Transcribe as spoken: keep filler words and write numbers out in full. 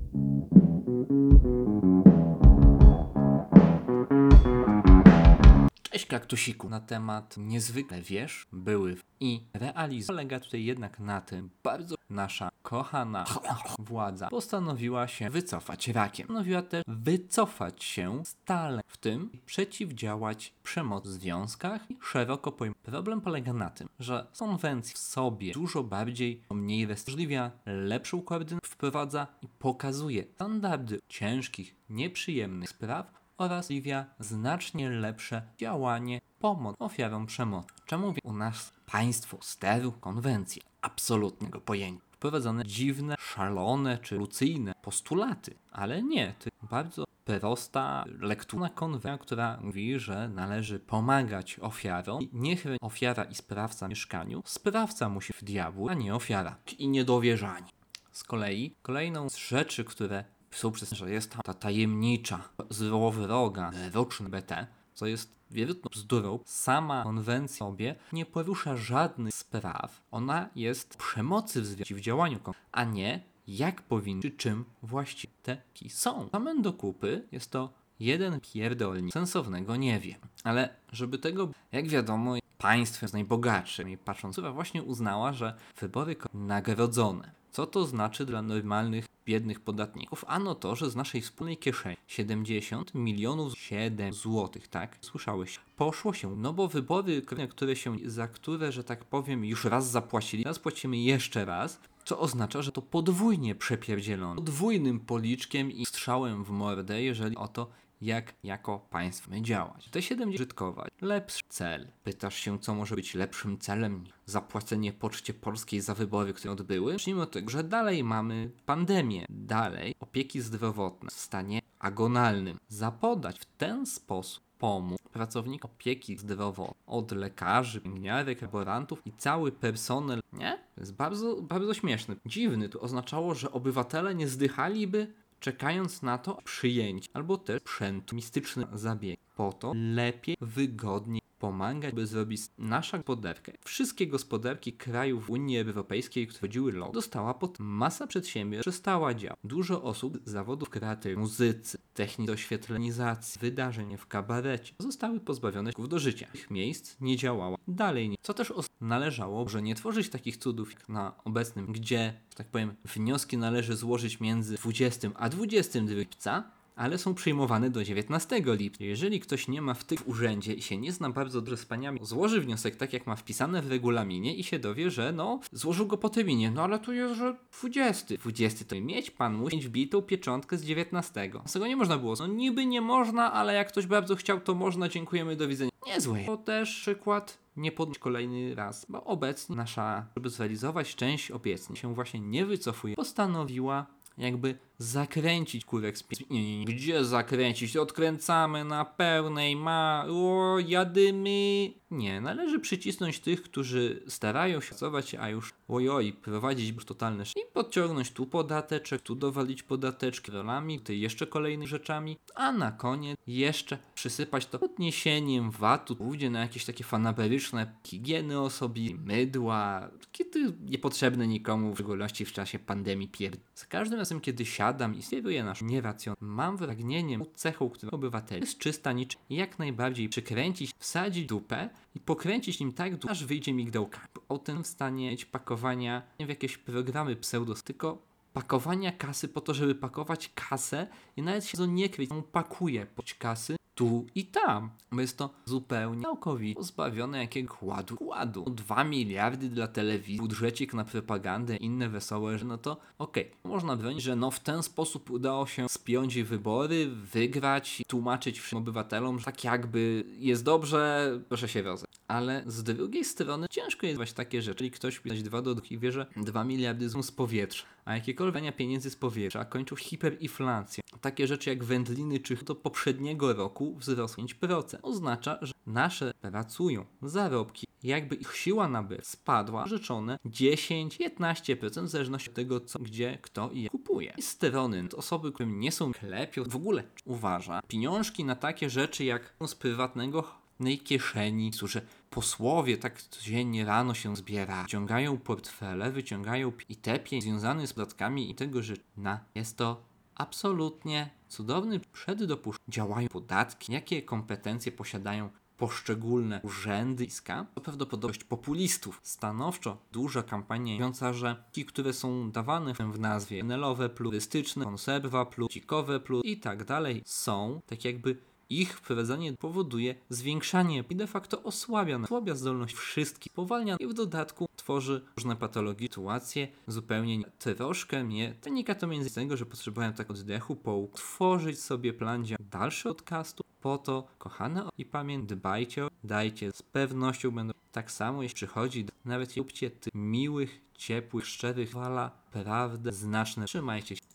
Cześć kaktusiku. Na temat niezwykle wiesz, były i realizowały. Polega tutaj jednak na tym, bardzo nasza kochana władza postanowiła się wycofać rakiem. Postanowiła też wycofać się stale w tym i przeciwdziałać przemocy w związkach i szeroko pojętym. Problem polega na tym, że konwencja w sobie dużo bardziej, mniej restrykcyjna, lepszą koordynację wprowadza i pokazuje standardy ciężkich, nieprzyjemnych spraw oraz umożliwia znacznie lepsze działanie, pomoc ofiarom przemocy. Czemu u nas państwo steru konwencję absolutnego pojęcia? Wprowadzone dziwne, szalone czy lucyjne postulaty, ale nie, to bardzo prosta lektura konwencja, która mówi, że należy pomagać ofiarom i niech ofiara i sprawca w mieszkaniu, sprawca musi w diabłu, a nie ofiara i niedowierzanie. Z kolei kolejną z rzeczy, które są przez że jest ta tajemnicza, złowroga, roczna B T, co jest wielką bzdurą. Sama konwencja sobie nie porusza żadnych spraw. Ona jest przemocy w działaniu, a nie jak powinny, czy czym właściwie takie są. Same do kupy jest to jeden pierdolnik, sensownego nie wiem. Ale żeby tego, jak wiadomo, państwo jest najbogatsze i patrząc, która właśnie uznała, że wybory nagrodzone. Co to znaczy dla normalnych, biednych podatników? Ano to, że z naszej wspólnej kieszeni siedemdziesiąt milionów siedem złotych, tak? Słyszałeś? Poszło się, no bo wybory, które się, za które, że tak powiem, już raz zapłacili, teraz płacimy jeszcze raz, co oznacza, że to podwójnie przepierdzielone, podwójnym policzkiem i strzałem w mordę, jeżeli o to, jak jako państwo my działać. Te siedemdziesiąt użytkować. Lepszy cel. Pytasz się, co może być lepszym celem niż zapłacenie Poczcie Polskiej za wybory, które odbyły? Zacznijmy od tego, że dalej mamy pandemię. Dalej opieki zdrowotne w stanie agonalnym. Zapodać w ten sposób pomóc pracownikom opieki zdrowotnej, od lekarzy, pielęgniarek, laborantów i cały personel. Nie? To jest bardzo, bardzo śmieszne. Dziwny. To oznaczało, że obywatele nie zdychaliby czekając na to przyjęcie, albo też sprzętu mistyczny zabieg. Po to lepiej, wygodniej pomagać, by zrobić nasza gospodarkę. Wszystkie gospodarki krajów Unii Europejskiej, które wchodziły lot, dostała pod masa przedsiębiorstw, przestała działać. Dużo osób z zawodów kreatywnych, muzycy, technik oświetlenizacji, wydarzeń w kabarecie zostały pozbawione do życia. Ich miejsc nie działała. Dalej nie. Co też należało, że nie tworzyć takich cudów jak na obecnym, gdzie, że tak powiem, wnioski należy złożyć między dwudziestym a dwudziestym drugim lipca, ale są przyjmowane do dziewiętnastego lipca. Jeżeli ktoś nie ma w tym urzędzie i się nie zna bardzo dobrze z paniami, złoży wniosek tak jak ma wpisane w regulaminie i się dowie, że no, złożył go po terminie, no ale tu jest, że dwudziesty. dwudziesty to mieć pan musi mieć wbitą pieczątkę z dziewiętnastego. Z tego nie można było. No niby nie można, ale jak ktoś bardzo chciał, to można, dziękujemy, do widzenia. Niezłe. To też przykład nie podnieść kolejny raz, bo obecnie nasza, żeby zrealizować część obietnic, się właśnie nie wycofuje, postanowiła jakby zakręcić kurek z pie... Nie, nie, nie. Gdzie zakręcić? Odkręcamy na pełnej ma... O, jadymy... Nie, należy przycisnąć tych, którzy starają się pracować, a już ojoj, prowadzić totalne sz... i podciągnąć tu podateczek, tu dowalić podateczki rolami, tutaj jeszcze kolejnymi rzeczami, a na koniec jeszcze przysypać to podniesieniem vatu, pójdzie na jakieś takie fanaberyczne higieny osobiste, mydła, takie niepotrzebne nikomu, w szczególności w czasie pandemii pierd... Za każdym razem, kiedy siadam i stwierdzę nasz nieracjon, mam pragnieniem cechą, która obywateli jest czysta niczym jak najbardziej przykręcić, wsadzić dupę i pokręcić nim tak długo, aż wyjdzie migdałka. O tym w stanie pakowania nie w jakieś programy pseudos, tylko pakowania kasy po to, żeby pakować kasę i nawet się to nie kryć, on pakuje pod kasy tu i tam, bo jest to zupełnie całkowicie pozbawione jakiego kładu. Kładu. dwa miliardy dla telewizji, budżecik na propagandę, inne wesołe, że no to okej, okay. Można bronić, że no w ten sposób udało się spiąć wybory, wygrać i tłumaczyć wszystkim obywatelom, że tak jakby jest dobrze, proszę się rozejść. Ale z drugiej strony ciężko jest właśnie takie rzeczy, czyli ktoś pisać dwa do dwóch i wie, że dwa miliardy są z powietrza, a jakiekolwiek pieniędzy z powietrza kończą hiperinflacją. Takie rzeczy jak wędliny czy do poprzedniego roku wzrost pięć procent. Oznacza, że nasze pracują zarobki, jakby ich siła nabycia spadła, rzeczone dziesięć do piętnastu procent w zależności od tego, co, gdzie, kto i jak kupuje. I strony osoby, którym nie są klepią, w ogóle uważa pieniążki na takie rzeczy jak z prywatnego kieszeni, że posłowie tak codziennie rano się zbiera, wyciągają portfele, wyciągają i te pieniądze związane z podatkami i tego, że na jest to absolutnie cudowny przeddopuszczenie. Działają podatki, jakie kompetencje posiadają poszczególne urzędy i ska, to prawdopodobność populistów. Stanowczo duża kampania mówiąca, że ci, które są dawane w nazwie N L owe, plurystyczne, konserwa, plucikowe, plus i tak dalej, są tak jakby ich wprowadzanie powoduje zwiększanie i de facto osłabia, osłabia zdolność wszystkich, powalnia i w dodatku tworzy różne patologie, sytuacje zupełnie nie. Troszkę mnie wynika to między tego, że potrzebowałem tak oddechu, po tworzyć sobie plan dalszy podcastu. Po to, kochane i pamięć, dbajcie, dajcie, z pewnością będą tak samo, jeśli przychodzi, nawet róbcie tych miłych, ciepłych, szczerych, wala, prawdę, znaczne, trzymajcie się.